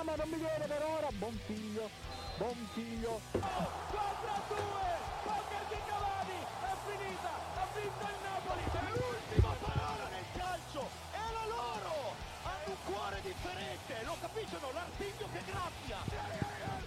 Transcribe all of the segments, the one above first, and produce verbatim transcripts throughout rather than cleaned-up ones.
ma non mi viene per ora. Buon figlio, buon figlio. quattro a due, poker di Cavani, è finita, ha vinto il Napoli. È l'ultima parola nel calcio, era loro. Hanno un cuore differente, lo capiscono, l'artiglio che graffia.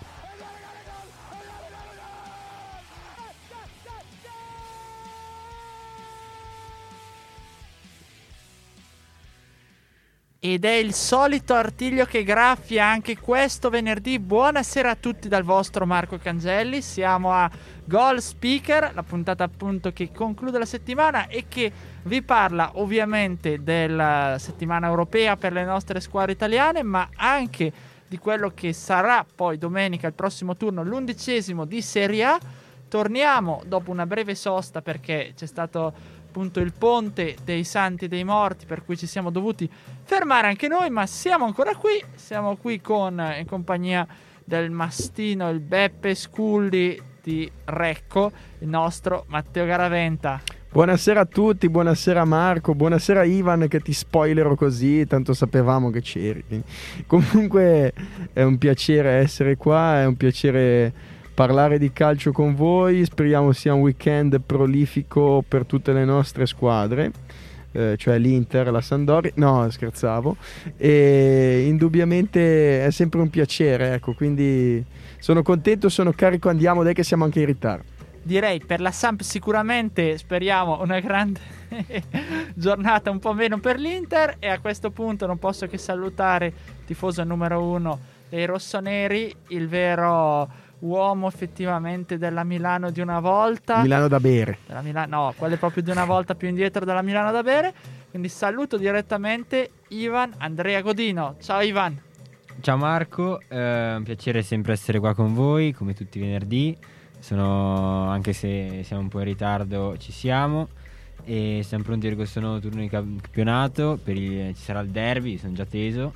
Ed è il solito artiglio che graffia anche questo venerdì. Buonasera a tutti dal vostro Marco Cangelli. Siamo a Goal Speaker, la puntata appunto che conclude la settimana e che vi parla ovviamente della settimana europea per le nostre squadre italiane, ma anche di quello che sarà poi domenica il prossimo turno, l'undicesimo di Serie A. Torniamo dopo una breve sosta perché c'è stato appunto il ponte dei santi e dei morti, per cui ci siamo dovuti fermare anche noi, ma siamo ancora qui, siamo qui con in compagnia del mastino, il Beppe Sculli di Recco, il nostro Matteo Garaventa. Buonasera a tutti, buonasera Marco, buonasera Ivan, che ti spoilerò così, tanto sapevamo che c'eri. Comunque è un piacere essere qua, è un piacere parlare di calcio con voi. Speriamo sia un weekend prolifico per tutte le nostre squadre, eh, cioè l'Inter, la Sampdoria. No, scherzavo. E indubbiamente è sempre un piacere, ecco, quindi sono contento, sono carico, andiamo, dai che siamo anche in ritardo. Direi per la Samp sicuramente, speriamo una grande giornata, un po' meno per l'Inter. E a questo punto non posso che salutare il tifoso numero uno dei rossoneri, il vero uomo effettivamente della Milano di una volta. Milano da bere. Della Mila- no, quella è proprio di una volta più indietro della Milano da bere. Quindi saluto direttamente Ivan Andrea Godino. Ciao Ivan. Ciao Marco, è un piacere sempre essere qua con voi, come tutti i venerdì. Sono, anche se siamo un po' in ritardo, ci siamo e siamo pronti per questo nuovo turno di campionato. Per il, ci sarà il derby, sono già teso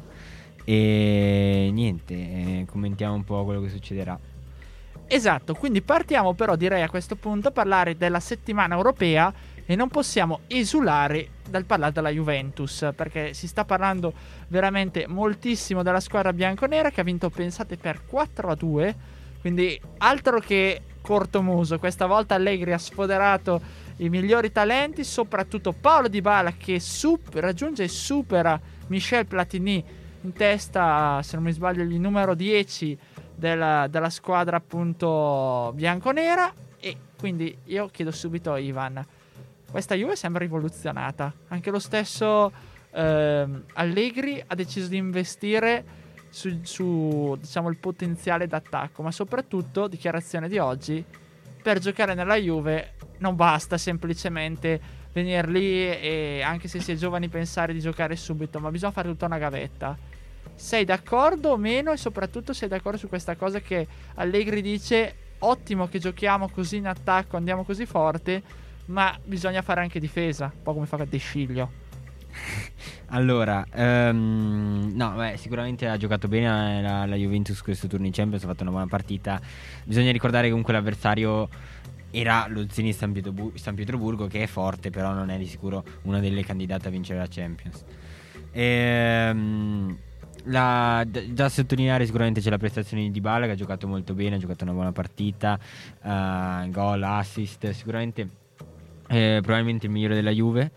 e niente, eh, commentiamo un po' quello che succederà. Esatto, quindi partiamo però direi a questo punto a parlare della settimana europea e non possiamo esulare dal parlare della Juventus, perché si sta parlando veramente moltissimo della squadra bianconera che ha vinto, pensate, per quattro a due, quindi altro che cortomuso. Questa volta Allegri ha sfoderato i migliori talenti, soprattutto Paolo Dybala che super, raggiunge e supera Michel Platini in testa, se non mi sbaglio, il numero dieci della, della squadra appunto bianconera. E quindi io chiedo subito a Ivan, questa Juve sembra rivoluzionata. Anche lo stesso eh, Allegri ha deciso di investire su, su diciamo il potenziale d'attacco, ma soprattutto, dichiarazione di oggi, per giocare nella Juve non basta semplicemente venire lì e, anche se si è giovani, pensare di giocare subito, ma bisogna fare tutta una gavetta. Sei d'accordo o meno? E soprattutto sei d'accordo su questa cosa che Allegri dice: ottimo che giochiamo così in attacco, andiamo così forte, ma bisogna fare anche difesa, un po' come fa De Sciglio. Allora, um, no, beh, sicuramente ha giocato bene la, la Juventus questo turno in Champions, ha fatto una buona partita. Bisogna ricordare che comunque l'avversario era lo Zenit San Pietroburgo, San Pietroburgo, che è forte, però non è di sicuro una delle candidate a vincere la Champions. Ehm... La, già sottolineare sicuramente c'è la prestazione di Dybala, che ha giocato molto bene, ha giocato una buona partita, uh, gol, assist, sicuramente eh, probabilmente il migliore della Juve.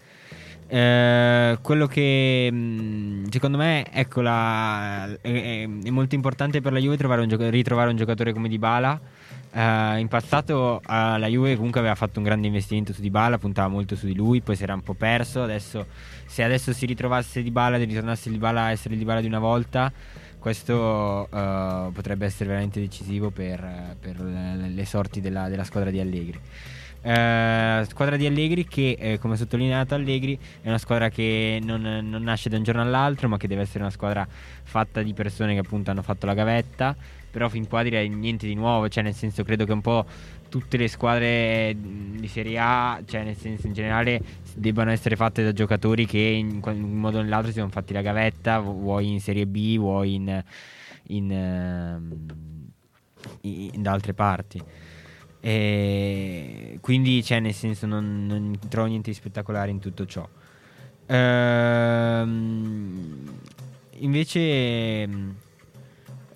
Eh, quello che mh, secondo me, ecco, la, è, è molto importante per la Juve trovare un gioc- ritrovare un giocatore come Dybala. Uh, in passato uh, la Juve comunque aveva fatto un grande investimento su Dybala, puntava molto su di lui, poi si era un po' perso. Adesso, se adesso si ritrovasse Dybala, ritornasse Dybala a essere Dybala di una volta, questo uh, potrebbe essere veramente decisivo per, per le, le sorti della, della squadra di Allegri. Uh, squadra di Allegri che, eh, come ha sottolineato Allegri, è una squadra che non, non nasce da un giorno all'altro, ma che deve essere una squadra fatta di persone che appunto hanno fatto la gavetta. Però fin qua direi niente di nuovo, cioè nel senso, credo che un po' tutte le squadre di Serie A, cioè nel senso in generale, debbano essere fatte da giocatori che in un modo o nell'altro si sono fatti la gavetta, vuoi in Serie B, vuoi in, in, in, in da altre parti. E quindi, cioè nel senso, non, non trovo niente di spettacolare in tutto ciò. Ehm, invece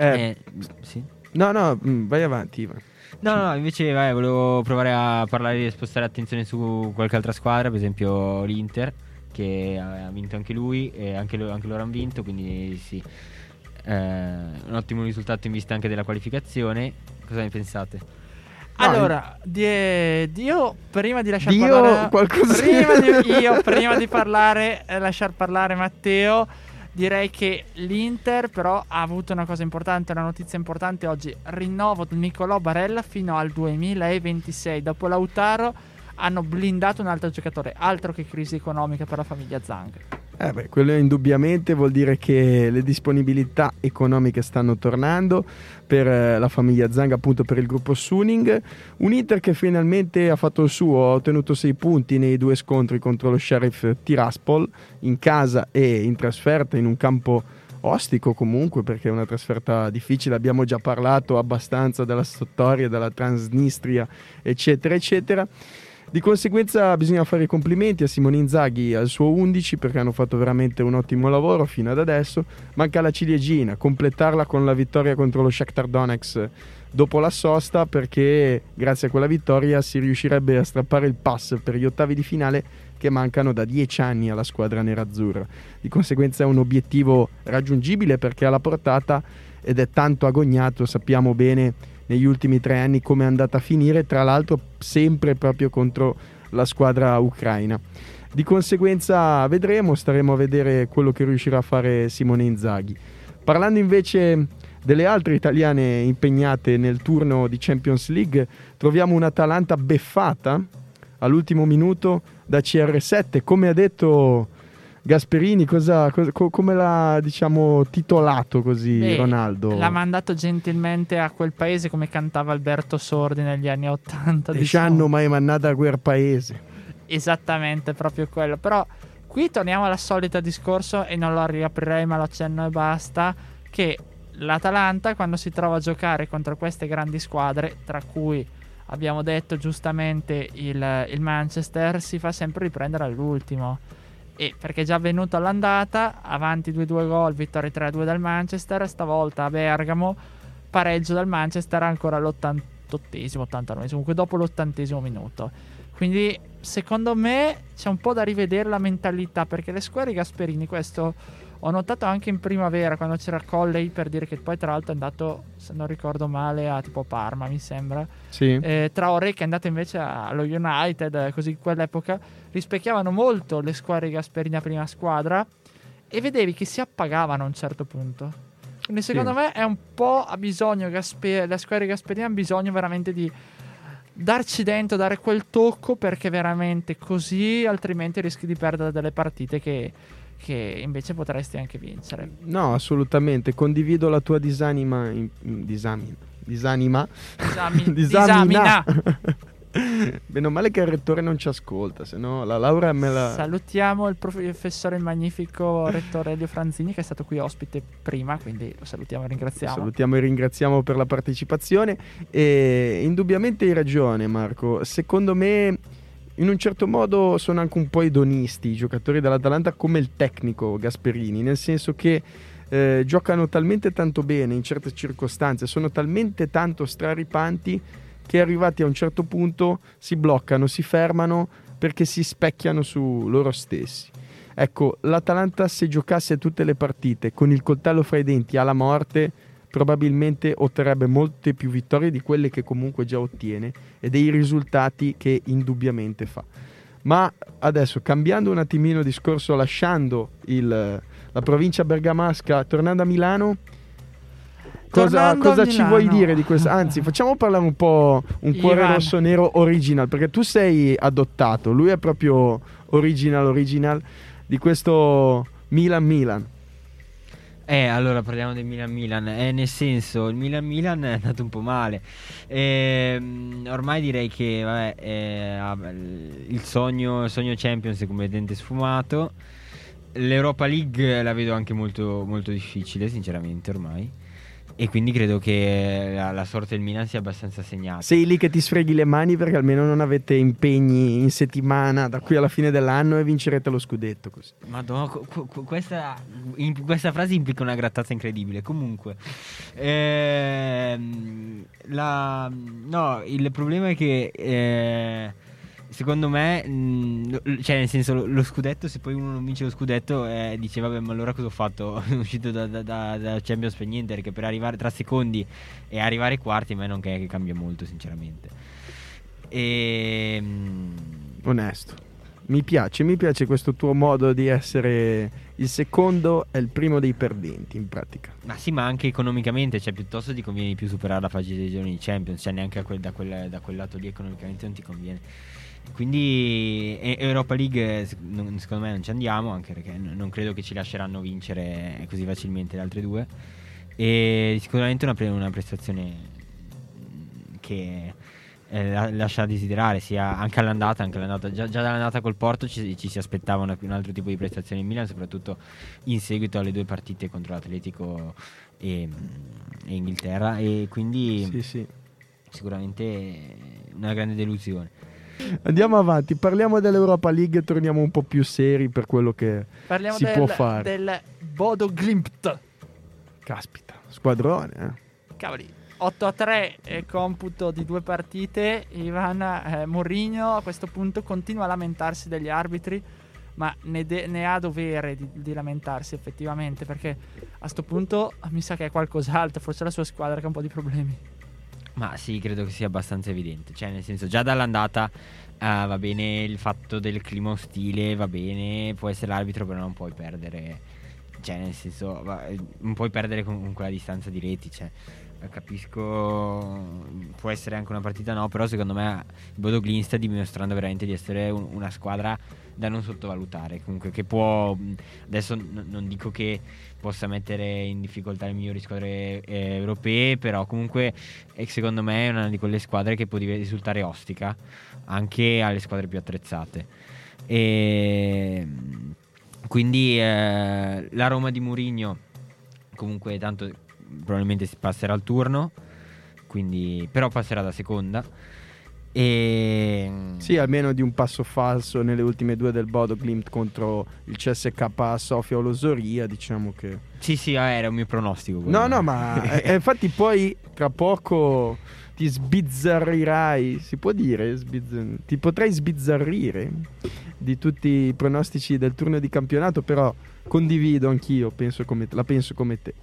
Eh, Eh, sì. No, no, mh, vai avanti, Ivan. No, no, invece vai, volevo provare a parlare di spostare attenzione su qualche altra squadra, per esempio l'Inter, che ha vinto anche lui e anche, lo- anche loro hanno vinto, quindi sì, eh, un ottimo risultato in vista anche della qualificazione. Cosa ne pensate? No, Allora, di- di- io prima di lasciare Dio parlare qualcosa- prima di, io prima di parlare eh, lasciar parlare Matteo, direi che l'Inter però ha avuto una cosa importante, una notizia importante oggi: rinnovo di Nicolò Barella fino al duemilaventisei. Dopo Lautaro hanno blindato un altro giocatore, altro che crisi economica per la famiglia Zhang. Eh beh, quello indubbiamente vuol dire che le disponibilità economiche stanno tornando per eh, la famiglia Zhang, appunto per il gruppo Suning. Un Inter che finalmente ha fatto il suo, ha ottenuto sei punti nei due scontri contro lo Sheriff Tiraspol, in casa e in trasferta, in un campo ostico comunque, perché è una trasferta difficile. Abbiamo già parlato abbastanza della storia, della Transnistria, eccetera, eccetera. Di conseguenza bisogna fare i complimenti a Simone Inzaghi e al suo undici, perché hanno fatto veramente un ottimo lavoro fino ad adesso. Manca la ciliegina, completarla con la vittoria contro lo Shakhtar Donetsk dopo la sosta, perché grazie a quella vittoria si riuscirebbe a strappare il pass per gli ottavi di finale che mancano da dieci anni alla squadra nerazzurra. Di conseguenza è un obiettivo raggiungibile, perché è alla portata ed è tanto agognato, sappiamo bene negli ultimi tre anni come è andata a finire, tra l'altro sempre proprio contro la squadra ucraina. Di conseguenza vedremo, staremo a vedere quello che riuscirà a fare Simone Inzaghi. Parlando invece delle altre italiane impegnate nel turno di Champions League, troviamo un'Atalanta beffata all'ultimo minuto da C R sette, come ha detto Gasperini. Cosa, cosa, co- come l'ha, diciamo, titolato così Beh, Ronaldo? l'ha mandato gentilmente a quel paese, come cantava Alberto Sordi negli anni ottanta. Ci diciamo. hanno mai mandato a quel paese. Esattamente, proprio quello. Però qui torniamo al solito discorso, e non lo riaprirei ma lo accenno e basta, che l'Atalanta, quando si trova a giocare contro queste grandi squadre, tra cui abbiamo detto giustamente il, il Manchester, si fa sempre riprendere all'ultimo. E perché è già avvenuto all'andata, avanti due due gol, vittoria tre a due dal Manchester, stavolta a Bergamo, pareggio dal Manchester ancora all'ottantottesimo, ottantanovesimo, comunque dopo l'ottantesimo minuto. Quindi secondo me c'è un po' da rivedere la mentalità, perché le squadre Gasperini, questo ho notato anche in primavera quando c'era Colley, per dire che poi tra l'altro è andato, se non ricordo male, a tipo Parma mi sembra, Sì. eh, Traoré che è andato invece allo United, così in quell'epoca rispecchiavano molto le squadre Gasperini a prima squadra, e vedevi che si appagavano a un certo punto. Quindi secondo Sì. me è un po' ha bisogno Gasper- la squadra Gasperini ha bisogno veramente di darci dentro, dare quel tocco, perché veramente così altrimenti rischi di perdere delle partite che, che invece potresti anche vincere. No, assolutamente, condivido la tua disanima in, in- disamina disanima Esami- disamina. disamina. Meno male che il rettore non ci ascolta, se no la Laura me la... Salutiamo il professore, il magnifico rettore Elio Franzini, che è stato qui ospite prima, quindi lo salutiamo e ringraziamo. Salutiamo e ringraziamo per la partecipazione. E indubbiamente hai ragione, Marco. Secondo me in un certo modo sono anche un po' edonisti i giocatori dell'Atalanta, come il tecnico Gasperini, nel senso che eh, giocano talmente tanto bene in certe circostanze, sono talmente tanto straripanti, che arrivati a un certo punto si bloccano, si fermano, perché si specchiano su loro stessi. Ecco, l'Atalanta, se giocasse tutte le partite con il coltello fra i denti alla morte, probabilmente otterrebbe molte più vittorie di quelle che comunque già ottiene e dei risultati che indubbiamente fa. Ma adesso, cambiando un attimino discorso, lasciando il, la provincia bergamasca, tornando a Milano, cosa, Tornando cosa a ci vuoi Milano. dire di questo? Anzi, facciamo parlare un po' un cuore Ivan. rosso nero original, perché tu sei adottato, lui è proprio original original di questo Milan Milan. Eh, allora parliamo del Milan-Milan. Eh, nel senso, il Milan-Milan è andato un po' male. Ehm, ormai direi che vabbè, eh, ah, il sogno, il sogno Champions è completamente sfumato. L'Europa League la vedo anche molto, molto difficile, sinceramente, ormai. e quindi credo che la, la sorte del Milan sia abbastanza segnata. Sei lì che ti sfreghi le mani perché almeno non avete impegni in settimana da qui alla fine dell'anno e vincerete lo scudetto così. Madonna, qu- qu- questa, in, questa frase implica una grattazza incredibile. Comunque, ehm, la, no, il problema è che eh, secondo me, mh, cioè nel senso, lo, lo scudetto, se poi uno non vince lo scudetto, eh, dice vabbè, ma allora cosa ho fatto? Sono uscito da, da, da, da Champions per niente, perché per arrivare tra secondi e arrivare ai quarti a me non è che cambia molto, sinceramente. E mh, Onesto. Mi piace, mi piace questo tuo modo di essere il secondo e il primo dei perdenti, in pratica. ma sì, ma anche economicamente, cioè piuttosto ti conviene di più superare la fase dei giorni di Champions, cioè neanche a quel, da, quel, da quel lato lì economicamente non ti conviene. Quindi e- Europa League sec- non- secondo me non ci andiamo, anche perché n- non credo che ci lasceranno vincere così facilmente le altre due, e sicuramente una, pre- una prestazione mm, che eh, la- lascia a desiderare, sia anche all'andata, anche all'andata già, già dall'andata col Porto ci, ci si aspettava una- un altro tipo di prestazione in Milan, soprattutto in seguito alle due partite contro l'Atletico e, e Inghilterra, e quindi Sì, sì. sicuramente una grande delusione. Andiamo avanti, parliamo dell'Europa League e torniamo un po' più seri per quello che Parliamo si del, può fare. del Bodo Glimt. Caspita, squadrone, eh. Cavoli, otto a tre è computo di due partite. Ivan eh, Mourinho a questo punto continua a lamentarsi degli arbitri, ma ne, de- ne ha dovere di, di lamentarsi effettivamente, perché a sto punto mi sa che è qualcos'altro, forse la sua squadra che ha un po' di problemi. Ma sì, credo che sia abbastanza evidente. Cioè, nel senso, già dall'andata eh, va bene il fatto del clima ostile, va bene, può essere l'arbitro, però non puoi perdere. Cioè, nel senso, va- non puoi perdere con, con quella distanza di reti. Cioè, eh, capisco, può essere anche una partita, no, però secondo me il Bodo Glimt sta dimostrando veramente di essere un- una squadra da non sottovalutare. Comunque, che può. Adesso n- non dico che possa mettere in difficoltà le migliori squadre eh, europee, però comunque eh, secondo me è una di quelle squadre che può div- risultare ostica anche alle squadre più attrezzate. E quindi eh, la Roma di Mourinho comunque tanto probabilmente si passerà al turno, quindi però passerà da seconda. E Sì, almeno di un passo falso nelle ultime due del Bodo Glimt contro il C S K a Sofia o l'Osoria, diciamo che... sì, sì, ah, era un mio pronostico quello. No, no, ma eh, infatti poi tra poco ti sbizzarrirai, si può dire, sbizz- ti potrai sbizzarrire di tutti i pronostici del turno di campionato, però condivido anch'io, penso come te- la penso come te.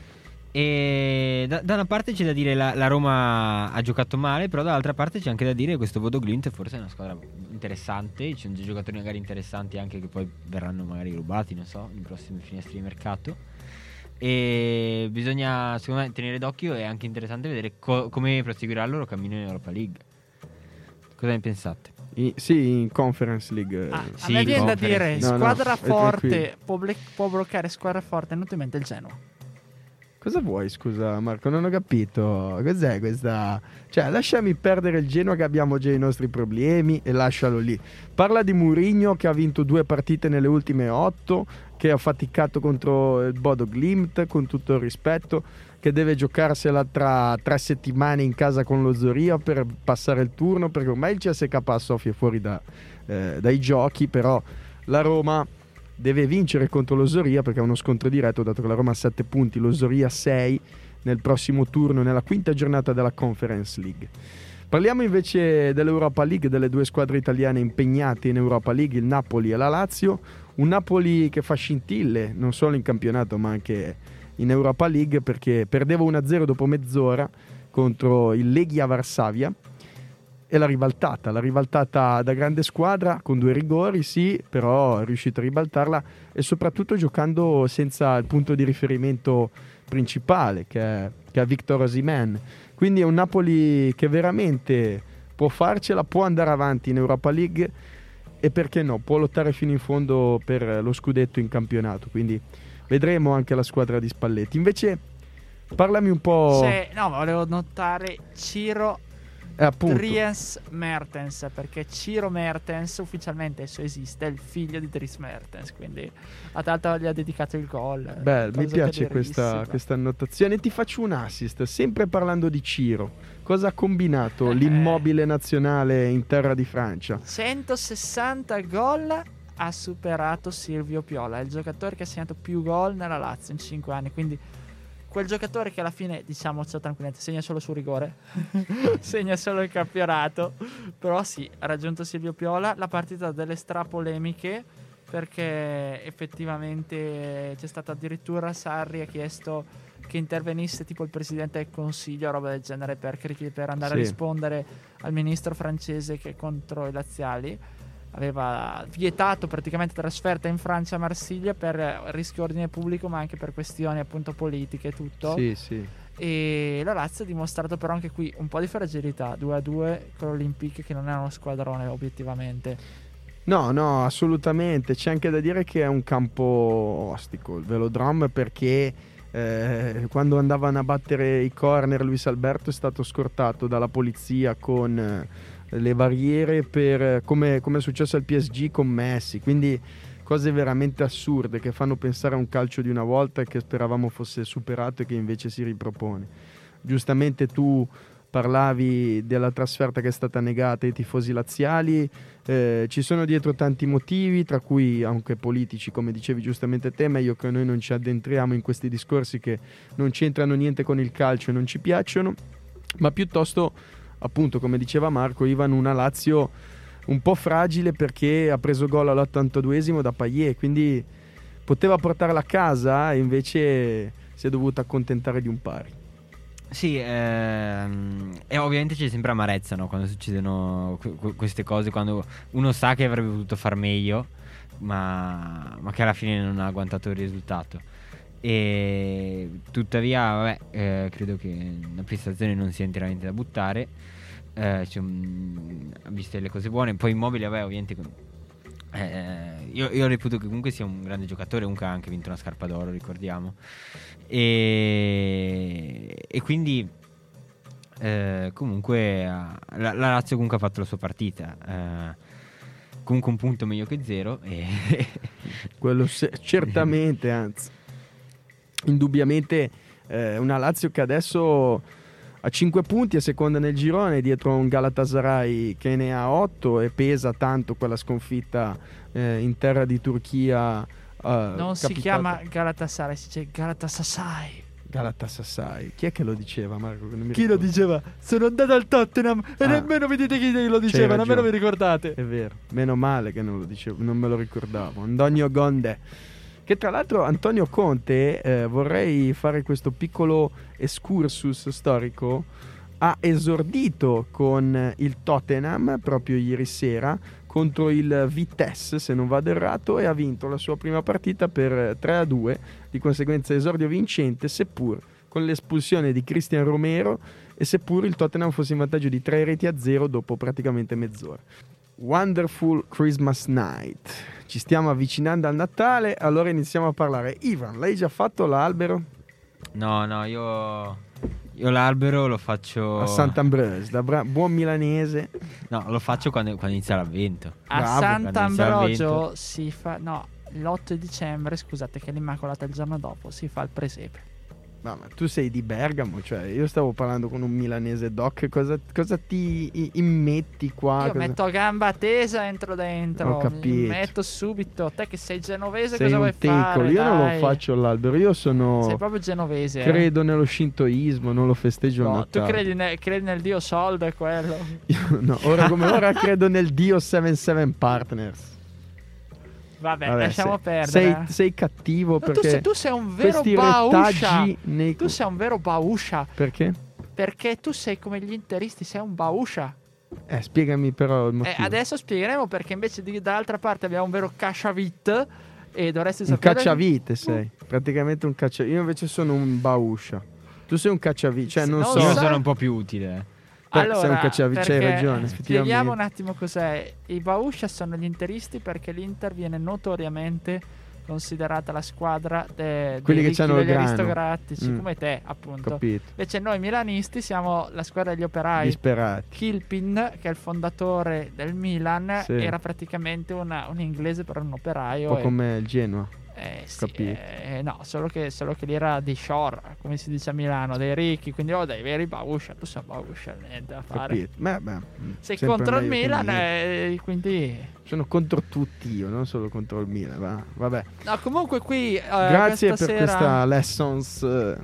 E da, da una parte c'è da dire la, la Roma ha giocato male, però dall'altra parte c'è anche da dire che questo Bodo Glimt forse è una squadra interessante, ci sono dei giocatori magari interessanti anche che poi verranno magari rubati, non so, nei prossimi finestri di mercato, e bisogna secondo me tenere d'occhio, e anche interessante vedere co- come proseguirà il loro cammino in Europa League. Cosa ne pensate? I- sì, in Conference League. Ah, Sì, a me viene da Conference. dire No, no, squadra è tranquillo. forte può, ble- può bloccare squadra forte, non ti mente il Genoa. Cosa vuoi, scusa Marco? Non ho capito. Cos'è questa... Cioè, lasciami perdere il Genoa che abbiamo già i nostri problemi e lascialo lì. Parla di Mourinho che ha vinto due partite nelle ultime otto, che ha faticato contro il Bodo Glimt, con tutto il rispetto, che deve giocarsela tra tre settimane in casa con lo Zoria per passare il turno, perché ormai il C S K a Sofia è fuori da, eh, dai giochi, però la Roma deve vincere contro lo Zoria perché è uno scontro diretto, dato che la Roma ha sette punti, lo Zoria sei nel prossimo turno, nella quinta giornata della Conference League. Parliamo invece dell'Europa League, delle due squadre italiane impegnate in Europa League, il Napoli e la Lazio. Un Napoli che fa scintille non solo in campionato ma anche in Europa League, perché perdeva uno a zero dopo mezz'ora contro il Legia Varsavia e l'ha ribaltata, l'ha ribaltata da grande squadra con due rigori, sì, però è riuscito a ribaltarla, e soprattutto giocando senza il punto di riferimento principale che è, che è Victor Osimhen. Quindi è un Napoli che veramente può farcela, può andare avanti in Europa League e perché no, può lottare fino in fondo per lo scudetto in campionato, quindi vedremo anche la squadra di Spalletti. Invece parlami un po'... Se, no, ma volevo notare Ciro Eh, appunto. Dries Mertens, perché Ciro Mertens ufficialmente esso esiste, è il figlio di Dries Mertens, quindi a tanto gli ha dedicato il gol. Beh, mi cosa piace questa, caderissima. questa annotazione. Ti faccio un assist, sempre parlando di Ciro. Cosa ha combinato l'immobile nazionale in terra di Francia? centosessanta gol, ha superato Silvio Piola, è il giocatore che ha segnato più gol nella Lazio in cinque anni, quindi quel giocatore che alla fine, diciamo tranquillamente, segna solo su rigore, segna solo il campionato, però sì, ha raggiunto Silvio Piola. La partita delle strapolemiche, perché effettivamente c'è stato addirittura Sarri ha chiesto che intervenisse tipo il presidente del consiglio, roba del genere, per, criti- per andare Sì. a rispondere al ministro francese che è contro i laziali aveva vietato praticamente trasferta in Francia a Marsiglia per rischio ordine pubblico, ma anche per questioni appunto politiche e tutto. Sì, sì. E la Lazio ha dimostrato però anche qui un po' di fragilità, due a due con l'Olympique, che non è uno squadrone obiettivamente. No, no, assolutamente. C'è anche da dire che è un campo ostico il Velodrome, perché eh, quando andavano a battere i corner Luis Alberto è stato scortato dalla polizia con eh, le barriere, per come, come è successo al P S G con Messi, quindi cose veramente assurde che fanno pensare a un calcio di una volta e che speravamo fosse superato e che invece si ripropone. Giustamente tu parlavi della trasferta che è stata negata ai tifosi laziali, eh, ci sono dietro tanti motivi, tra cui anche politici, come dicevi giustamente te, meglio che noi non ci addentriamo in questi discorsi che non c'entrano niente con il calcio e non ci piacciono, ma piuttosto, appunto, come diceva Marco, Ivan, una Lazio un po' fragile perché ha preso gol all'ottantaduesimo da Payet, quindi poteva portarla a casa e invece si è dovuta accontentare di un pari. Sì, ehm, e ovviamente c'è sempre amarezza, no? Quando succedono que- queste cose, quando uno sa che avrebbe potuto far meglio, ma, ma che alla fine non ha agguantato il risultato. E tuttavia, vabbè, eh, credo che la prestazione non sia interamente da buttare. Eh, c'è un, ha visto le cose buone. Poi Immobile, vabbè, ovviamente. Eh, io, io reputo che comunque sia un grande giocatore. Comunque ha anche vinto una scarpa d'oro, ricordiamo. E, e quindi eh, comunque la, la Lazio comunque ha fatto la sua partita. Eh, comunque un punto meglio che zero. E Quello se- certamente, anzi, indubbiamente eh, una Lazio che adesso ha cinque punti, è seconda nel girone dietro un Galatasaray che ne ha otto, e pesa tanto quella sconfitta eh, in terra di Turchia. Uh, Non si capitata- chiama Galatasaray, si dice Galatasaray. Galatasaray. Chi è che lo diceva, Marco? Che non mi Chi lo ricordo. diceva? Sono andato al Tottenham e Ah. nemmeno mi dite chi lo C'hai diceva, nemmeno ragione. vi ricordate. È vero, meno male che non lo dicevo, non me lo ricordavo. Antonio Gonde, che tra l'altro Antonio Conte, eh, vorrei fare questo piccolo excursus storico, ha esordito con il Tottenham proprio ieri sera contro il Vitesse, se non vado errato, e ha vinto la sua prima partita per tre a due, di conseguenza esordio vincente, seppur con l'espulsione di Cristian Romero e seppur il Tottenham fosse in vantaggio di tre reti a zero dopo praticamente mezz'ora. Wonderful Christmas Night. Ci stiamo avvicinando al Natale, allora iniziamo a parlare. Ivan, l'hai già fatto l'albero? no, no, io io l'albero lo faccio A Sant'Ambrose, da bra- buon milanese. No, lo faccio quando, quando inizia l'avvento. A Bravo, Sant'Ambrogio si fa, no, l'otto dicembre, scusate che è l'Immacolata il giorno dopo, si fa il presepe. No, ma tu sei di Bergamo, cioè io stavo parlando con un milanese doc, cosa, cosa ti i- immetti qua? Io Cosa- metto gamba tesa, entro dentro, Ho capito. mi metto subito. Te che sei genovese, Sei cosa un vuoi tecolo, fare? io non Dai. lo faccio l'albero, io sono... Sei proprio genovese. eh. Credo nello shintoismo, non lo festeggio il No, tu Natale. credi, ne- credi nel dio soldo e quello. Io no, ora come ora credo nel dio settantasette Partners. Vabbè, Vabbè, lasciamo sei, perdere. sei, eh. sei cattivo No, tu, perché sei, tu sei un vero questi bauscia. retaggi nei... Tu sei un vero bauscia. Perché? Perché tu sei come gli interisti, sei un bauscia. Eh, spiegami però il E motivo. adesso spiegheremo perché invece di, dall'altra parte abbiamo un vero cacciavit. E dovresti Un sapere. cacciavite sei, praticamente un cacciavite. Io invece sono un bauscia. Tu sei un cacciavite, cioè Se non non so... Io sa- sono un po' più utile. Beh, Allora, sei un cacciavite, c'hai perché ragione, spieghiamo effettivamente. un attimo cos'è. I bauscia sono gli interisti perché l'Inter viene notoriamente considerata la squadra de- Quelli dei che ricchi, c'hanno il degli grano. aristocratici, Mm. come te appunto. Capito. Invece noi milanisti siamo la squadra degli operai. Disperati. Kilpin, che è il fondatore del Milan, Sì. era praticamente una- un inglese però un operaio. Un po' e- come il Genoa. eh, sì, capito. eh, no, solo che, solo che lì era di shore, come si dice a Milano, dei ricchi, quindi oh, dei veri Bauscia, tu sei Bauscia, niente da fare. Capito. Beh, beh, Sei sempre contro il meglio che Milan, niente. eh, quindi... Sono contro tutti io, non solo contro il Milan. Va. Vabbè. No, comunque qui... eh, Grazie per questa sera, questa lessons eh,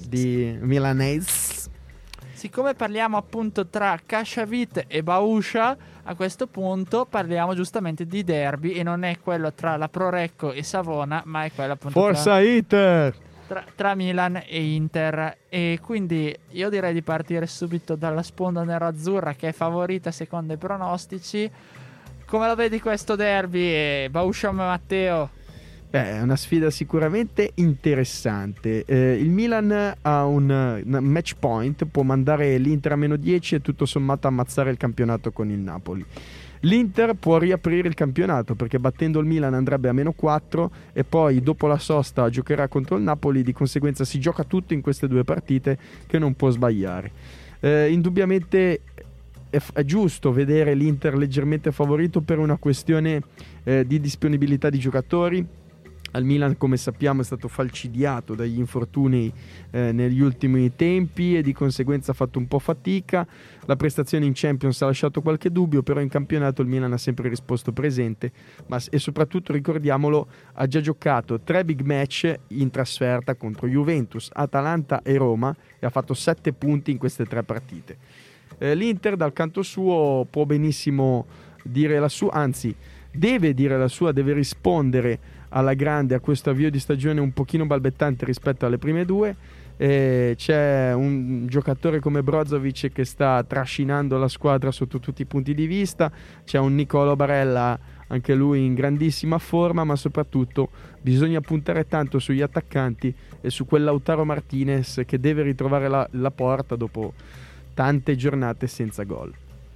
di milanese. siccome parliamo appunto tra Casciavite e Bauscia, a questo punto parliamo giustamente di derby e non è quello tra la Prorecco e Savona, ma è quello appunto tra... Forza Inter! Tra, tra Milan e Inter. E quindi io direi di partire subito dalla sponda nerazzurra, che è favorita secondo i pronostici. Come lo vedi questo derby, eh, Bausciam e Matteo? Beh, è una sfida sicuramente interessante. Eh, il Milan ha un, un match point, può mandare l'Inter a meno dieci e tutto sommato ammazzare il campionato con il Napoli. L'Inter può riaprire il campionato perché battendo il Milan andrebbe a meno quattro e poi dopo la sosta giocherà contro il Napoli, di conseguenza si gioca tutto in queste due partite che non può sbagliare. Eh, indubbiamente è, è giusto vedere l'Inter leggermente favorito per una questione eh, di disponibilità di giocatori. Al Milan, come sappiamo, è stato falcidiato dagli infortuni eh, negli ultimi tempi e di conseguenza ha fatto un po' fatica. La prestazione in Champions ha lasciato qualche dubbio, però in campionato il Milan ha sempre risposto presente, ma, e soprattutto, ricordiamolo, ha già giocato tre big match in trasferta contro Juventus, Atalanta e Roma e ha fatto sette punti in queste tre partite. Eh, L'Inter dal canto suo può benissimo dire la sua, anzi deve dire la sua, deve rispondere alla grande a questo avvio di stagione un pochino balbettante rispetto alle prime due. Eh, c'è un giocatore come Brozovic che sta trascinando la squadra sotto tutti i punti di vista, c'è un Nicolo Barella anche lui in grandissima forma, ma soprattutto bisogna puntare tanto sugli attaccanti e su quel Lautaro Martinez che deve ritrovare la, la porta dopo tante giornate senza gol.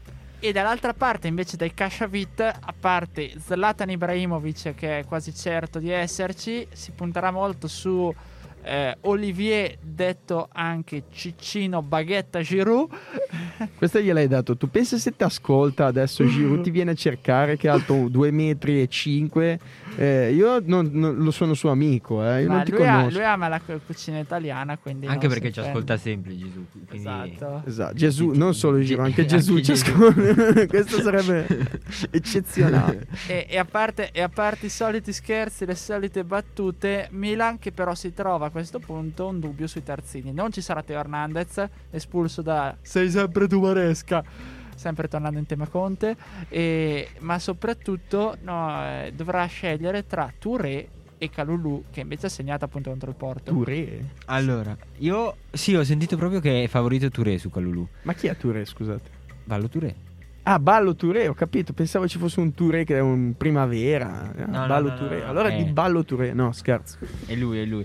E dall'altra parte invece dai Casciavit, a parte Zlatan Ibrahimovic che è quasi certo di esserci, si punterà molto su eh, Olivier, detto anche Ciccino Baghetta Giroud. Questa gliel'hai dato tu. Pensa se ti ascolta adesso Giroud ti viene a cercare, che è alto due metri e cinque. Eh, io non, non- lo sono suo amico, eh. Io Ma non ti lui, ha- conosco. lui ama la cu- cucina italiana, quindi Anche non perché si ci offende. ascolta sempre Gesù. Quindi... Esatto. Esatto. Gesù, non solo Giroud, anche Anche Gesù ci Gesù. ascolta. Questo sarebbe eccezionale. E, e a parte, e a parte i soliti scherzi, le solite battute, Milan che però si trova a questo punto un dubbio sui terzini. Non ci sarà Teo Hernandez, espulso da Sei sempre tu Maresca, sempre tornando in tema Conte, e, ma soprattutto no, eh, dovrà scegliere tra Touré e Kalulu, che invece ha segnato appunto contro il Porto. Touré? Allora, io sì, ho sentito proprio che è favorito Touré su Kalulu. Ma chi è Touré, scusate? Ballo Touré. Ah, Ballo Touré, ho capito. Pensavo ci fosse un Touré che è un primavera. Ah, no, Ballo no, Touré. no, no, Allora eh. di Ballo Touré. No, scherzo. È lui, è lui.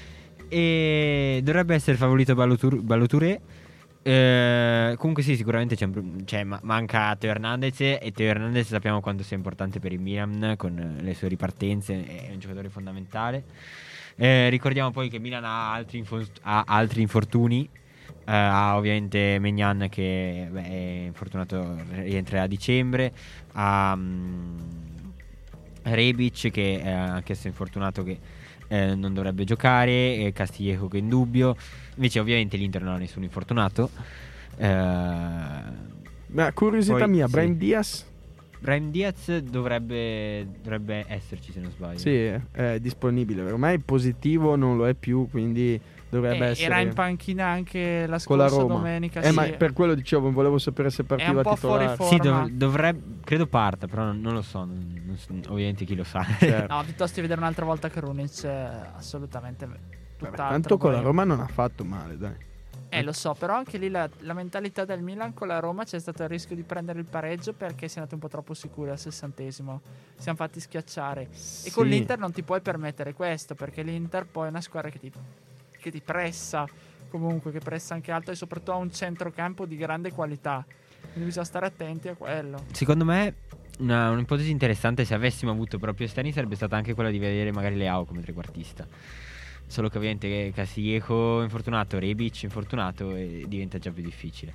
E dovrebbe essere favorito Ballo, Tour- Ballo Touré. Eh, comunque sì, sicuramente c'è, un pro- cioè, ma- manca Teo Hernandez, e Teo Hernandez sappiamo quanto sia importante per il Milan con le sue ripartenze, è un giocatore fondamentale. Eh, ricordiamo poi che Milan ha altri, info- ha altri infortuni. Eh, ha ovviamente Maignan che beh, è infortunato, rientrerà a dicembre. Ha mm, Rebic che è anch'esso infortunato, che eh, non dovrebbe giocare, e Castillejo che è in dubbio. Invece ovviamente l'Inter non ha nessun infortunato. Eh, Ma curiosità Poi, mia, sì. Brahim Diaz? Brahim Diaz dovrebbe, dovrebbe esserci, se non sbaglio. Sì, è, è disponibile. Ormai positivo non lo è più, quindi dovrebbe Eh, essere era in panchina anche la con la scorsa Roma. domenica. Eh, sì. ma per quello dicevo, volevo sapere se È partiva un po' titolare. fuori Sì, forma. dov- dovrebbe, credo parta, però non, non lo so. non- non so- ovviamente chi lo sa. Certo. No, piuttosto di vedere un'altra volta Krunic, eh, assolutamente Vabbè, tutt'altro. tanto con la poi. Roma non ha fatto male, dai. Eh, lo so, però anche lì la, la mentalità del Milan con la Roma, c'è stato il rischio di prendere il pareggio perché si è andato un po' troppo sicuri al sessantesimo. Si siamo fatti schiacciare. E con Sì. l'Inter non ti puoi permettere questo, perché l'Inter poi è una squadra che ti, che ti pressa, comunque, che pressa anche alto, e soprattutto ha un centrocampo di grande qualità. Quindi bisogna stare attenti a quello. Secondo me una, un'ipotesi interessante, se avessimo avuto proprio esterni, sarebbe stata anche quella di vedere magari Leao come trequartista. Solo che ovviamente Castillejo infortunato, Rebic infortunato, e diventa già più difficile.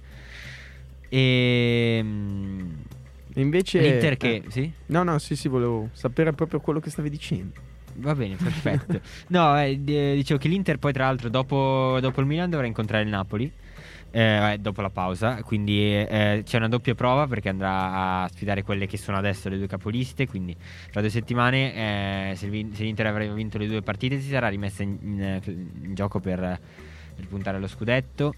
E invece l'Inter che eh. sì? No, no, sì, sì, volevo sapere proprio quello che stavi dicendo. Va bene, perfetto. No, eh, d- dicevo che l'Inter poi tra l'altro dopo, dopo il Milan dovrà incontrare il Napoli, eh, dopo la pausa, quindi eh, c'è una doppia prova perché andrà a sfidare quelle che sono adesso le due capoliste, quindi tra due settimane eh, se, il, se l'Inter avrebbe vinto le due partite si sarà rimessa in, in, in gioco per, per puntare allo scudetto,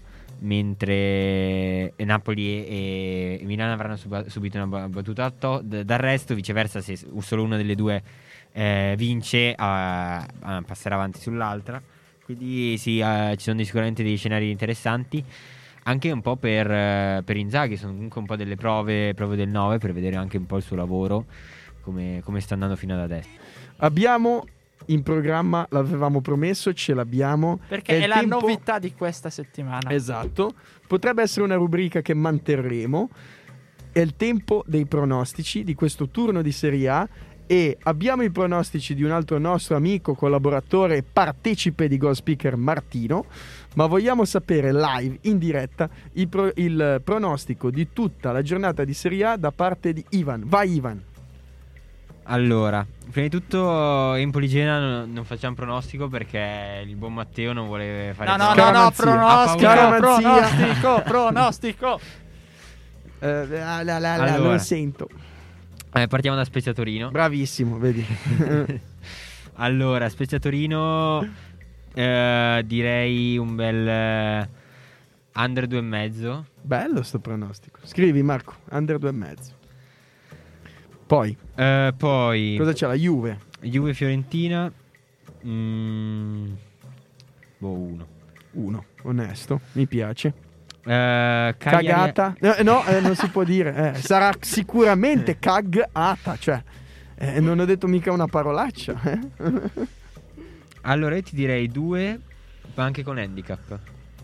mentre Napoli e, e Milan avranno sub- subito una battuta to- dal resto, viceversa se solo una delle due eh, vince a, a passerà avanti sull'altra, quindi sì, eh, ci sono sicuramente dei scenari interessanti anche un po' per, eh, per Inzaghi, sono comunque un po' delle prove, prove del nove per vedere anche un po' il suo lavoro, come, come sta andando fino ad adesso. Abbiamo in programma, l'avevamo promesso, ce l'abbiamo. Perché è, il la tempo... novità di questa settimana. Esatto. Potrebbe essere una rubrica che manterremo. È il tempo dei pronostici di questo turno di Serie A. E abbiamo i pronostici di un altro nostro amico, collaboratore e partecipe di Goal Speaker, Martino. Ma vogliamo sapere live, in diretta, il, pro- il pronostico di tutta la giornata di Serie A da parte di Ivan. Vai Ivan. Allora, prima di tutto Empoli-Genoa non, non facciamo pronostico perché il buon Matteo non vuole fare No, no, no, no, pronostico, pronostico, pronostico. Eh, la, la, la, allora, non sento. Eh, partiamo da Spezia Torino. Bravissimo, vedi. Allora, Spezia Torino, eh, direi un bel eh, under due e mezzo. Bello sto pronostico. Scrivi Marco, under due e mezzo. Poi, Eh, poi cosa c'è? La Juve. Juve Fiorentina. Mm, boh, uno. Uno, onesto, mi piace. Eh, Cagliari- Cagata. No, no, eh, non si può dire. Eh, sarà sicuramente cagata. Cioè, eh, non ho detto mica una parolaccia. Eh? Allora io ti direi due, ma anche con handicap.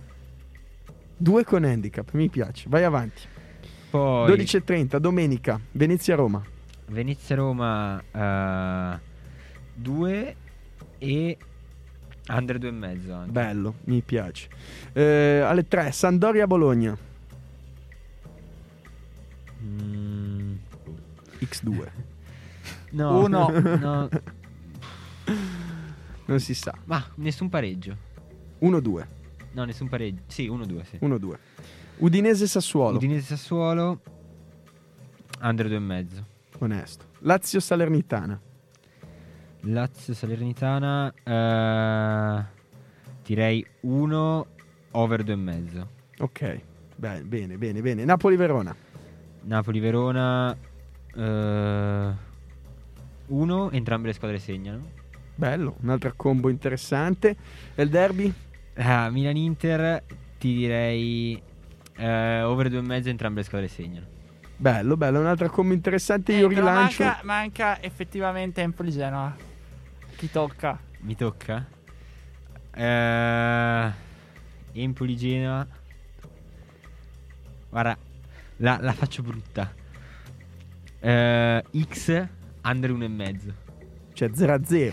Due con handicap, mi piace. Vai avanti. Poi dodici e trenta, domenica, Venezia-Roma. Venezia-Roma due e under due e mezzo anche. Bello, mi piace. Eh, alle tre, Sampdoria-Bologna. Mm, X due. no, Uno. no, Non si sa. ma nessun pareggio. uno due. No, nessun pareggio. Sì, uno due, sì. uno due. Udinese-Sassuolo. Udinese-Sassuolo under due e mezzo. Onesto. Lazio-Salernitana. Lazio-Salernitana eh, direi uno over due e mezzo. Ok, bene, bene, bene, bene. Napoli-Verona. Napoli-Verona uno, entrambe le squadre segnano. Bello, un'altra combo interessante. E il derby? Ah, Milan-Inter ti direi eh, over due e mezzo, entrambe le squadre segnano. Bello, bello, un'altra combo interessante. Eh, Io però rilancio. manca, manca effettivamente Empoli-Genoa. Chi tocca? Mi tocca? Eh, Empoli-Genoa. Guarda, la, la faccio brutta. Eh, X under uno e mezzo. Cioè zero a zero.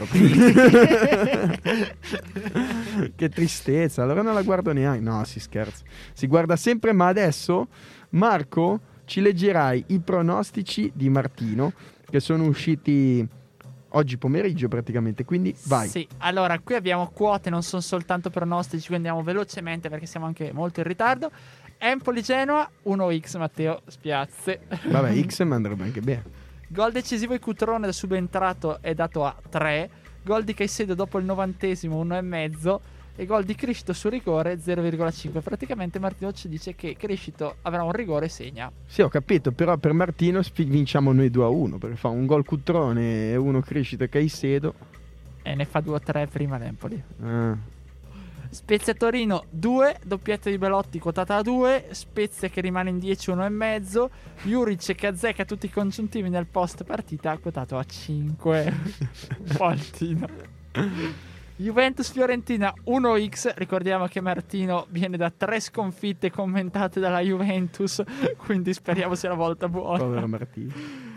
Che tristezza. Allora non la guardo neanche. No, si scherza. Si guarda sempre, ma adesso Marco ci leggerai i pronostici di Martino che sono usciti oggi pomeriggio praticamente, quindi vai. Sì, allora qui abbiamo quote, non sono soltanto pronostici, quindi andiamo velocemente perché siamo anche molto in ritardo. Empoli-Genoa uno x, Matteo spiazze. Vabbè, X mi andrebbe anche bene. Gol decisivo di Cutrone da subentrato è dato a tre. Gol di Caicedo dopo il novantesimo uno e mezzo. E gol di Criscito su rigore zero virgola cinque. Praticamente Martino ci dice che Criscito avrà un rigore e segna. Sì, ho capito, però per Martino spi- vinciamo noi due a uno perché fa un gol Cutrone e uno Criscito e Caicedo. E ne fa due a tre prima l'Empoli. Ah. Spezia Torino due, doppietta di Belotti quotata a due, Spezia che rimane in dieci uno e mezzo, Juric che azzecca tutti i congiuntivi nel post partita quotato a cinque. Altino. Juventus Fiorentina uno x, ricordiamo che Martino viene da tre sconfitte commentate dalla Juventus, quindi speriamo sia la volta buona. Povero Martino.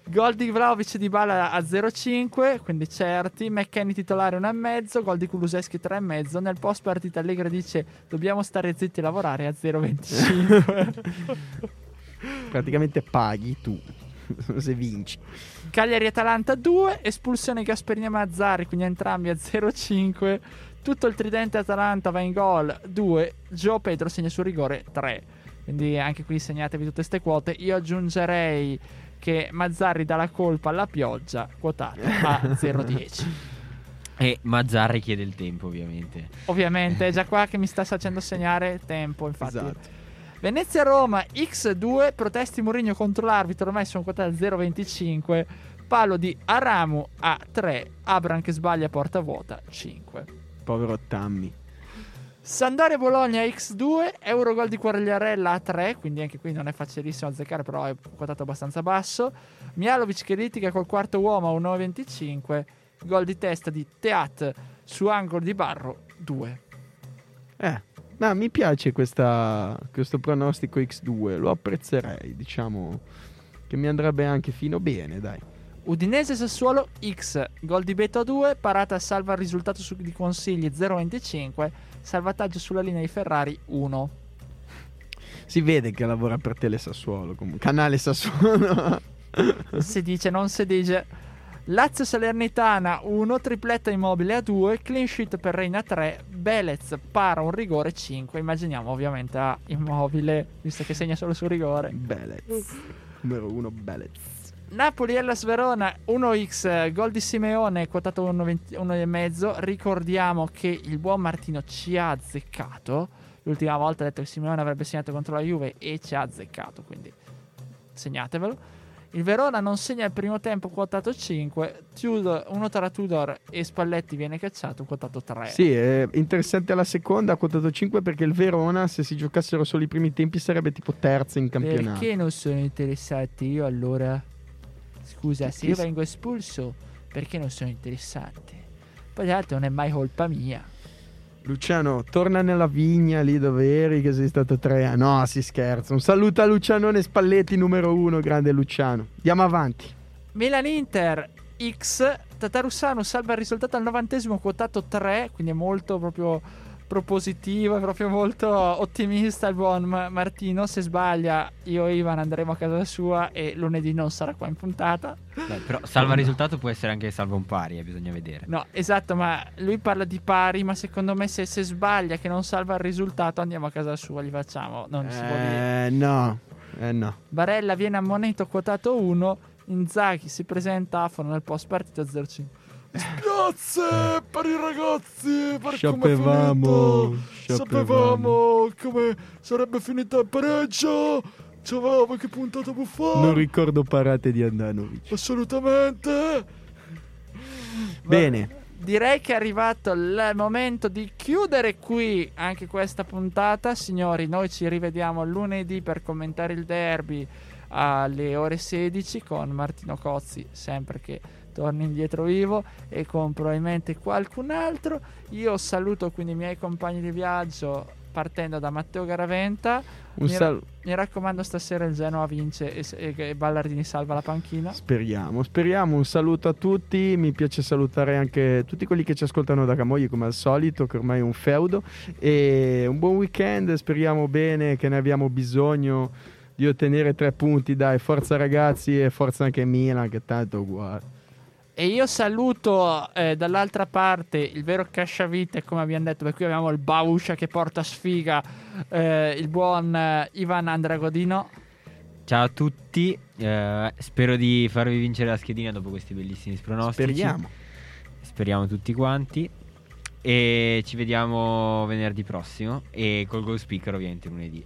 Gol di Vlahovic e Dybala a zero virgola cinque, quindi certi. McKennie titolare uno virgola cinque, gol di Kulusevski tre virgola cinque. Nel post partita Allegri dice dobbiamo stare zitti e lavorare a zero virgola venticinque. Praticamente paghi tu se vinci. Cagliari-Atalanta due, espulsione Gasperini e Mazzarri, quindi entrambi a zero virgola cinque. Tutto il tridente Atalanta va in gol due, João Pedro segna su rigore tre. Quindi anche qui segnatevi tutte ste quote. Io aggiungerei che Mazzarri dà la colpa alla pioggia, quotato a zero virgola dieci. E Mazzarri chiede il tempo, ovviamente. Ovviamente, è già qua che mi sta facendo segnare tempo, infatti. Esatto. Venezia-Roma X due, protesti Mourinho contro l'arbitro, ormai sono quotati a zero virgola venticinque. Palo di Aramu a tre, Abram che sbaglia porta vuota cinque. Povero Tammy. Sampdoria-Bologna X due, Eurogol di Quagliarella a tre, quindi anche qui non è facilissimo azzeccare, però è quotato abbastanza basso. Mialovic che litiga col quarto uomo a uno virgola venticinque, gol di testa di Teat su angolo di Barro due. Eh, no, mi piace questa, questo pronostico X due, lo apprezzerei, diciamo che mi andrebbe anche fino bene, dai. Udinese-Sassuolo X, gol di Beto a due, parata salva il risultato su, di consigli zero virgola venticinque, salvataggio sulla linea di Ferrari uno. Si vede che lavora per Tele Sassuolo, comunque. Canale Sassuolo. Si dice, non si dice. Lazio-Salernitana uno, tripletta Immobile a due, clean sheet per Reina tre, Belez para un rigore cinque. Immaginiamo ovviamente a Immobile, visto che segna solo su rigore. Belez. Numero uno, Belez. Napoli-Hellas Verona uno x, gol di Simeone quotato uno virgola cinque. Ricordiamo che il buon Martino ci ha azzeccato. L'ultima volta ha detto che Simeone avrebbe segnato contro la Juve e ci ha azzeccato, quindi segnatevelo. Il Verona non segna il primo tempo, quotato cinque. Tudor, uno tra Tudor e Spalletti viene cacciato, quotato tre. Sì, è interessante la seconda, quotato cinque, perché il Verona, se si giocassero solo i primi tempi, sarebbe tipo terza in campionato. Perché non sono interessati io allora? Scusa, Che se io chi- vengo espulso, perché non sono interessante? Poi tra l'altro non è mai colpa mia. Luciano, torna nella vigna lì dove eri, che sei stato tre anni. No, si scherza. Un saluto a Lucianone Spalletti, numero uno, grande Luciano. Andiamo avanti. Milan-Inter X, Tatarussano salva il risultato al novantesimo, quotato tre, quindi è molto proprio propositivo, è proprio molto ottimista il buon Ma- Martino. Se sbaglia io e Ivan andremo a casa sua e lunedì non sarà qua in puntata. Beh, però salva il risultato può essere anche salva un pari, eh, bisogna vedere. No, esatto, ma lui parla di pari, ma secondo me se, se sbaglia che non salva il risultato andiamo a casa sua, gli facciamo, non si può dire. Eh, no. Eh, no. Barella viene ammonito, quotato uno. Inzaghi si presenta afono nel post partita zero cinque. Grazie per i ragazzi, per Sapevamo, come è finito. sapevamo. Sapevamo come sarebbe finita il pareggio. Sapevamo che puntata buffata. Non ricordo parate di Andanovic. Assolutamente. Bene. Ma direi che è arrivato il momento di chiudere qui anche questa puntata. Signori, noi ci rivediamo lunedì per commentare il derby alle ore sedici con Martino Cozzi, sempre che torni indietro vivo, e con probabilmente qualcun altro. Io saluto quindi i miei compagni di viaggio partendo da Matteo Garaventa. Un mi, ra- sal- mi raccomando, stasera il Genoa vince e, e, e Ballardini salva la panchina. Speriamo, speriamo. Un saluto a tutti. Mi piace salutare anche tutti quelli che ci ascoltano da Camogli, come al solito, che ormai è un feudo. E un buon weekend. Speriamo bene, che ne abbiamo bisogno di ottenere tre punti. Dai, forza ragazzi, e forza anche Milan, che tanto è uguale. E io saluto eh, dall'altra parte il vero cacciavite, come abbiamo detto, per cui abbiamo il Bauscia che porta sfiga, eh, il buon eh, Ivan Andragodino. Ciao a tutti, eh, spero di farvi vincere la schedina dopo questi bellissimi pronostici. Speriamo. Speriamo tutti quanti. E ci vediamo venerdì prossimo. E col Goal Speaker ovviamente lunedì.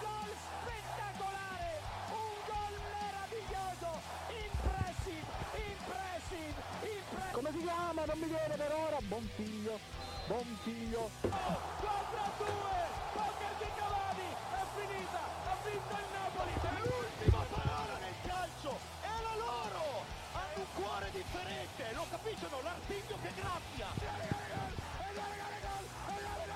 Come si chiama? Non mi viene per ora. Bonfiglio, Bonfiglio. quattro a due, poker di Cavani, è finita, ha vinto il Napoli. È l'ultima parola nel calcio, è la loro. Hanno un cuore differente, lo capiscono, l'artiglio che graffia.